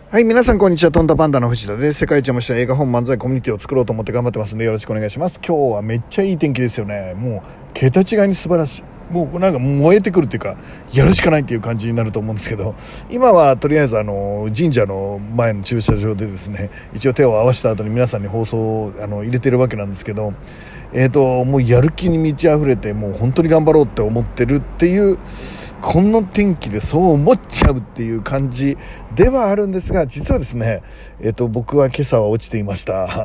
はい、皆さんこんにちは。トンタパンダの藤田です。世界一面白い映画本漫才コミュニティを作ろうと思って頑張ってますんでよろしくお願いします。今日はめっちゃいい天気ですよね。もう桁違いに素晴らしい。もうなんか燃えてくるっていうか、やるしかないっていう感じになると思うんですけど、今はとりあえず神社の前の駐車場でですね、一応手を合わせた後に皆さんに放送を入れてるわけなんですけど、もうやる気に満ち溢れて、もう本当に頑張ろうって思ってるっていう、この天気でそう思っちゃうっていう感じではあるんですが、実はですね、僕は今朝は落ちていました。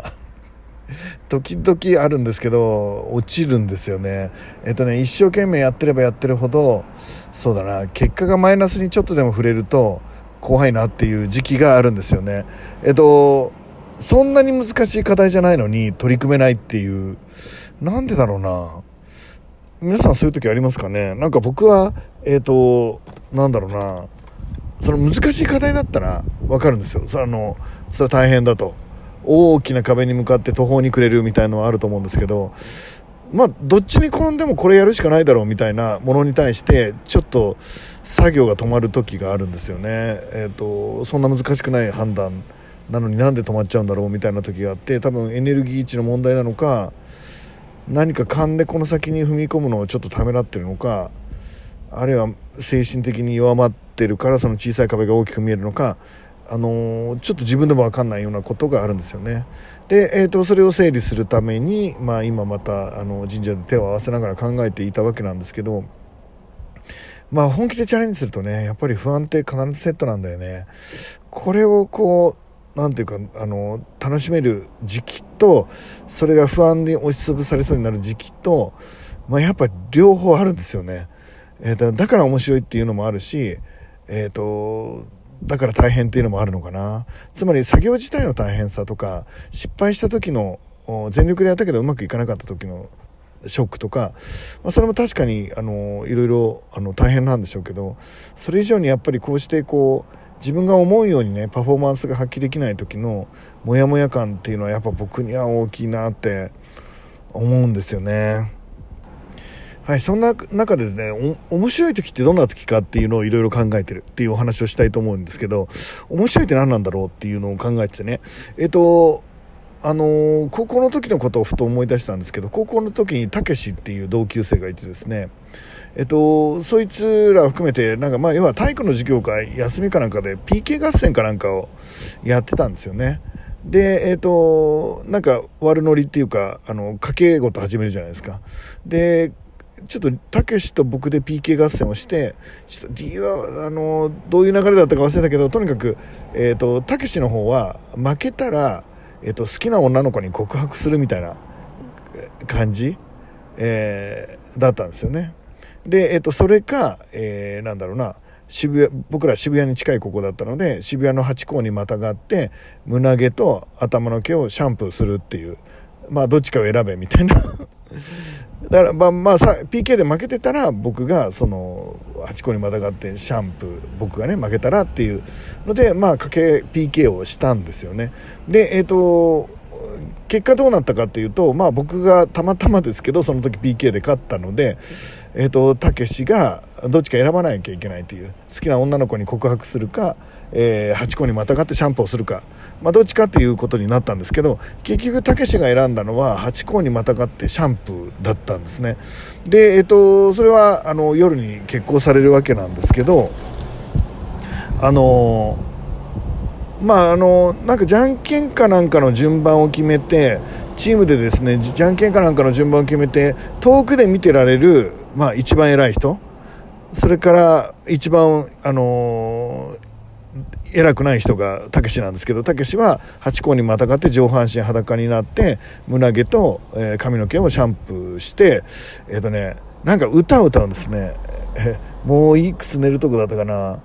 時々あるんですけど落ちるんですよね。一生懸命やってればやってるほど、そうだな、結果がマイナスにちょっとでも触れると怖いなっていう時期があるんですよね。そんなに難しい課題じゃないのに取り組めないっていう、なんでだろうな。皆さんそういう時ありますかね。なんか僕はなんだろうな、その難しい課題だったら分かるんですよ。それは大変だと、大きな壁に向かって途方に暮れるみたいなのはあると思うんですけど、まあどっちに転んでもこれやるしかないだろうみたいなものに対してちょっと作業が止まる時があるんですよね。そんな難しくない判断なのになんで止まっちゃうんだろうみたいな時があって、多分エネルギー値の問題なのか、何か勘でこの先に踏み込むのをちょっとためらってるのか、あるいは精神的に弱まってるからその小さい壁が大きく見えるのか、ちょっと自分でも分かんないようなことがあるんですよね。で、それを整理するために、今また神社で手を合わせながら考えていたわけなんですけど、本気でチャレンジするとね、やっぱり不安って必ずセットなんだよね。これをこうなんていうか楽しめる時期と、それが不安に押しつぶされそうになる時期と、やっぱり両方あるんですよね。だから面白いっていうのもあるし、だから大変っていうのもあるのかな。つまり作業自体の大変さとか、失敗した時の全力でやったけどうまくいかなかった時のショックとか、それも確かにいろいろ大変なんでしょうけど、それ以上にやっぱりこうして自分が思うようにねパフォーマンスが発揮できない時のモヤモヤ感っていうのはやっぱ僕には大きいなって思うんですよね。はい、そんな中でね、面白い時ってどんな時かっていうのをいろいろ考えてるっていうお話をしたいと思うんですけど、面白いって何なんだろうっていうのを考えててね、高校の時のことをふと思い出したんですけど、高校の時にたけしっていう同級生がいてですね、そいつらを含めて要は体育の授業か休みかなんかで PK 合戦かなんかをやってたんですよね。で悪ノリっていうか賭け事始めるじゃないですか。でちょっとたけしと僕で PK 合戦をして、ちょっと理由はどういう流れだったか忘れたけど、とにかくたけしの方は負けたら好きな女の子に告白するみたいな感じ、だったんですよね。でそれか、僕ら渋谷に近いここだったので、渋谷のハチ公にまたがって胸毛と頭の毛をシャンプーするっていう、どっちかを選べみたいなだからPK で負けてたら僕がそのハチ公にまたがってシャンプー、僕がね負けたらっていうので賭け PK をしたんですよね。で結果どうなったかっていうと、僕がたまたまですけどその時 PK で勝ったので、たけしがどっちか選ばなきゃいけないっていう、好きな女の子に告白するか、ハチ公にまたがってシャンプーをするか、どっちかっていうことになったんですけど、結局たけしが選んだのはハチ公にまたがってシャンプーだったんですね。でそれは夜に決行されるわけなんですけど、じゃんけんかなんかの順番を決めて、チームでですねじゃんけんかなんかの順番を決めて、遠くで見てられる、一番偉い人、それから一番偉くない人がたけしなんですけど、たけしはハチ公にまたがって上半身裸になって胸毛と、髪の毛をシャンプーして歌を歌うんですね。もういくつ寝るとこだったかな、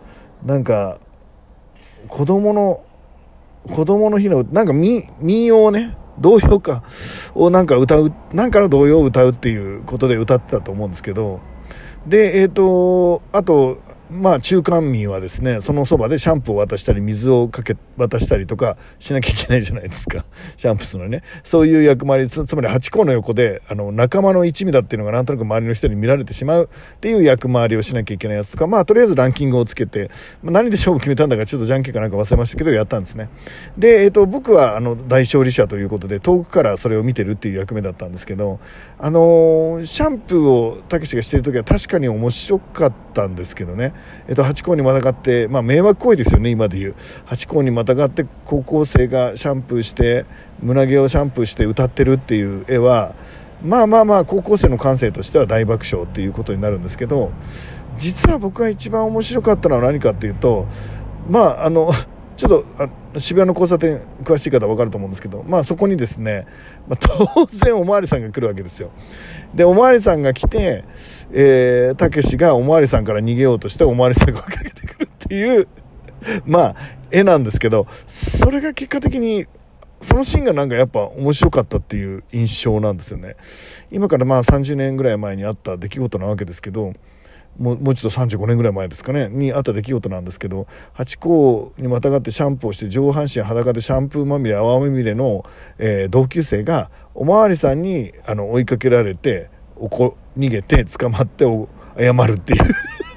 子供の日の民謡ね、童謡かを歌う、の童謡を歌うっていうことで歌ってたと思うんですけど、であとまあ中間民はですね、そのそばでシャンプーを渡したり水を渡したりとかしなきゃいけないじゃないですか。シャンプーするのね。そういう役回り、つまりハチ公の横で仲間の一味だっていうのがなんとなく周りの人に見られてしまうっていう役回りをしなきゃいけないやつとか、まあとりあえずランキングをつけて、何で勝負決めたんだかちょっとじゃんけんかなんか忘れましたけどやったんですね。で、僕は大勝利者ということで遠くからそれを見てるっていう役目だったんですけど、シャンプーをたけしがしてる時は確かに面白かったんですけどね。ハチ公にまたがって、まあ迷惑行為ですよね、今で言う。ハチ公にまたがって高校生がシャンプーして、胸毛をシャンプーして歌ってるっていう絵は、まあ高校生の感性としては大爆笑っていうことになるんですけど、実は僕が一番面白かったのは何かっていうと、まあちょっと渋谷の交差点詳しい方は分かると思うんですけど、まあそこにですね、当然おまわりさんが来るわけですよ。でおまわりさんが来て、たけしがおまわりさんから逃げようとしておまわりさんが追いかけてくるっていうまあ絵なんですけど、それが結果的にそのシーンがなんかやっぱ面白かったっていう印象なんですよね。今からまあ30年ぐらい前にあった出来事なわけですけど、もうちょっと35年ぐらい前ですかねにあった出来事なんですけど、ハチ公にまたがってシャンプーをして上半身裸でシャンプーまみれ泡まみれの、同級生がおまわりさんに追いかけられて逃げて捕まって謝るっていう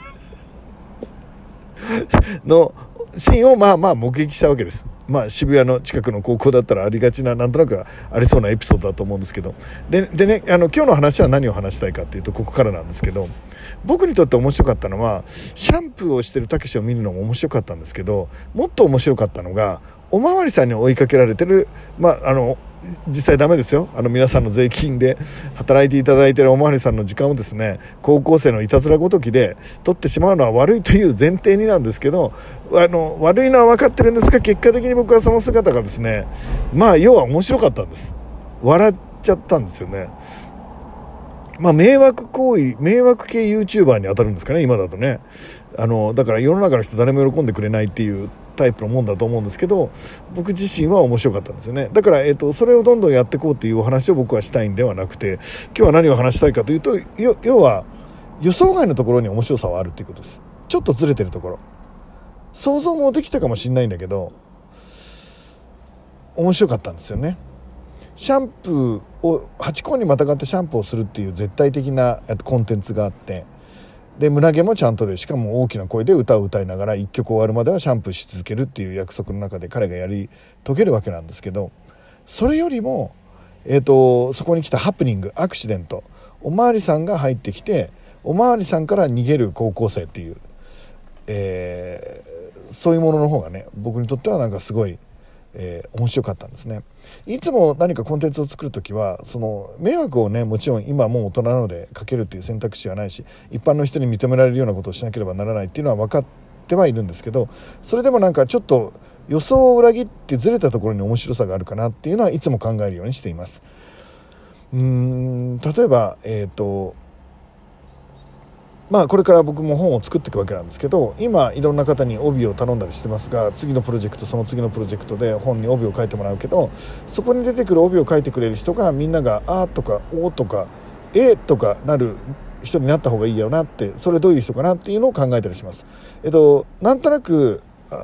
のシーンをまあ目撃したわけです。まあ渋谷の近くの高校だったらありがちな、なんとなくありそうなエピソードだと思うんですけど、でね、今日の話は何を話したいかっていうとここからなんですけど、僕にとって面白かったのはシャンプーをしてるたけしを見るのも面白かったんですけど、もっと面白かったのがおまわりさんに追いかけられてる、実際ダメですよ、皆さんの税金で働いていただいているおまわりさんの時間をですね、高校生のいたずらごときで取ってしまうのは悪いという前提になんですけど、悪いのは分かってるんですが、結果的に僕はその姿がですね、まあ要は面白かったんです。笑っちゃったんですよね。まあ迷惑系 YouTuber に当たるんですかね、今だとね。だから世の中の人誰も喜んでくれないっていうタイプのもんだと思うんですけど、僕自身は面白かったんですよね。だから、それをどんどんやっていこうっていうお話を僕はしたいんではなくて、今日は何を話したいかというと、要は予想外のところに面白さはあるっていうことです。ちょっとずれてるところ、想像もできたかもしれないんだけど面白かったんですよね。シャンプーを8個にまたがってシャンプーをするっていう絶対的なコンテンツがあって、で胸毛もちゃんとで、しかも大きな声で歌を歌いながら1曲終わるまではシャンプーし続けるっていう約束の中で彼がやり遂げるわけなんですけど、それよりも、そこに来たハプニング、アクシデント、おまわりさんが入ってきておまわりさんから逃げる高校生っていう、そういうものの方がね、僕にとってはなんかすごい面白かったんですね。いつも何かコンテンツを作るときはその迷惑をね、もちろん今もう大人なのでかけるっていう選択肢はないし、一般の人に認められるようなことをしなければならないっていうのは分かってはいるんですけど、それでもなんかちょっと予想を裏切ってずれたところに面白さがあるかなっていうのはいつも考えるようにしています。例えばこれから僕も本を作っていくわけなんですけど、今いろんな方に帯を頼んだりしてますが、次のプロジェクトその次のプロジェクトで本に帯を書いてもらうけど、そこに出てくる帯を書いてくれる人がみんながあとかおとかとかなる人になった方がいいよなって、それどういう人かなっていうのを考えたりします。なんとなく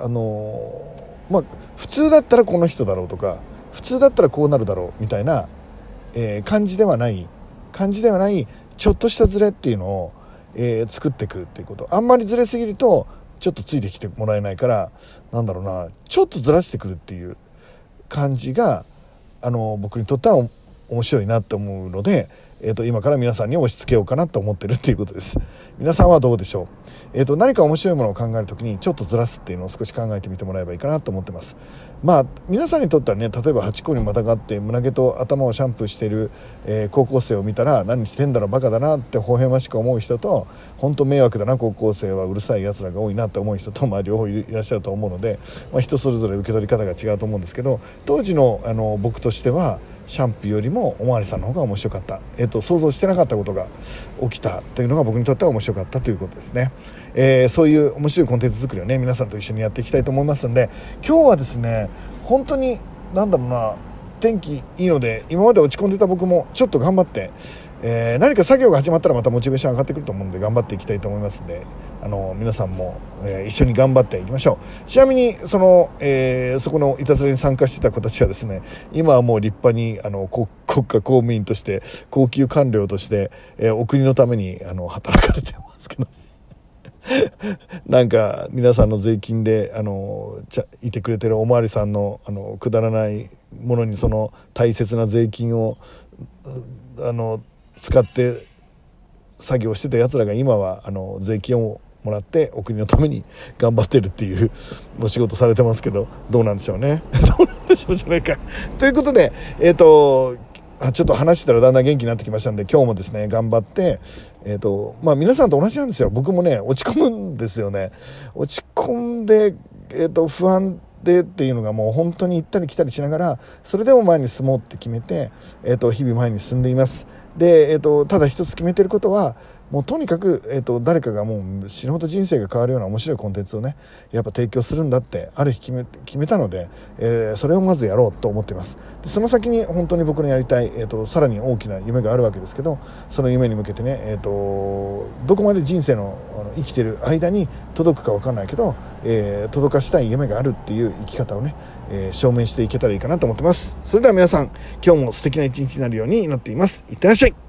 普通だったらこの人だろうとか、普通だったらこうなるだろうみたいな、感じではないちょっとしたズレっていうのを作っていくっていうこと。あんまりずれすぎるとちょっとついてきてもらえないから、ちょっとずらしてくるっていう感じが僕にとっては面白いなって思うので、今から皆さんに押し付けようかなと思ってるっていうことです。皆さんはどうでしょう。何か面白いものを考えるときにちょっとずらすっていうのを少し考えてみてもらえばいいかなと思ってます。皆さんにとってはね、例えば8個にまたがって胸毛と頭をシャンプーしている、高校生を見たら何してんだろバカだなって微笑ましく思う人と、本当迷惑だな高校生はうるさいやつらが多いなって思う人と、両方いらっしゃると思うので、人それぞれ受け取り方が違うと思うんですけど、当時の僕としてはシャンプーよりもおまわりさんの方が面白かった、想像してなかったことが起きたというのが僕にとっては面白かったということですね。そういう面白いコンテンツ作りをね、皆さんと一緒にやっていきたいと思いますので、今日はですね、本当に天気いいので、今まで落ち込んでた僕もちょっと頑張って、何か作業が始まったらまたモチベーション上がってくると思うので頑張っていきたいと思いますので、 皆さんも、一緒に頑張っていきましょう。ちなみにそこのいたずらに参加してた子たちはですね、今はもう立派に国家公務員として高級官僚として、お国のために働かれてますけどなんか皆さんの税金でいてくれてるおまわりさんのくだらないものにその大切な税金を使って作業してたやつらが今は税金をもらってお国のために頑張ってるっていうお仕事されてますけど、どうなんでしょうねどうなんでしょうじゃないかということでちょっと話してたらだんだん元気になってきましたんで、今日もですね頑張って皆さんと同じなんですよ。僕もね落ち込むんですよね。落ち込んで不安でっていうのがもう本当に行ったり来たりしながら、それでも前に進もうって決めて日々前に進んでいます。でただ一つ決めてることは、もうとにかく誰かがもう死ぬほど人生が変わるような面白いコンテンツをねやっぱ提供するんだってある日決めたので、それをまずやろうと思っています。でその先に本当に僕のやりたいさらに大きな夢があるわけですけど、その夢に向けてねどこまで人生の生きてる間に届くか分かんないけど、届かしたい夢があるっていう生き方をね、証明していけたらいいかなと思ってます。それでは皆さん、今日も素敵な一日になるように祈っています。いってらっしゃい。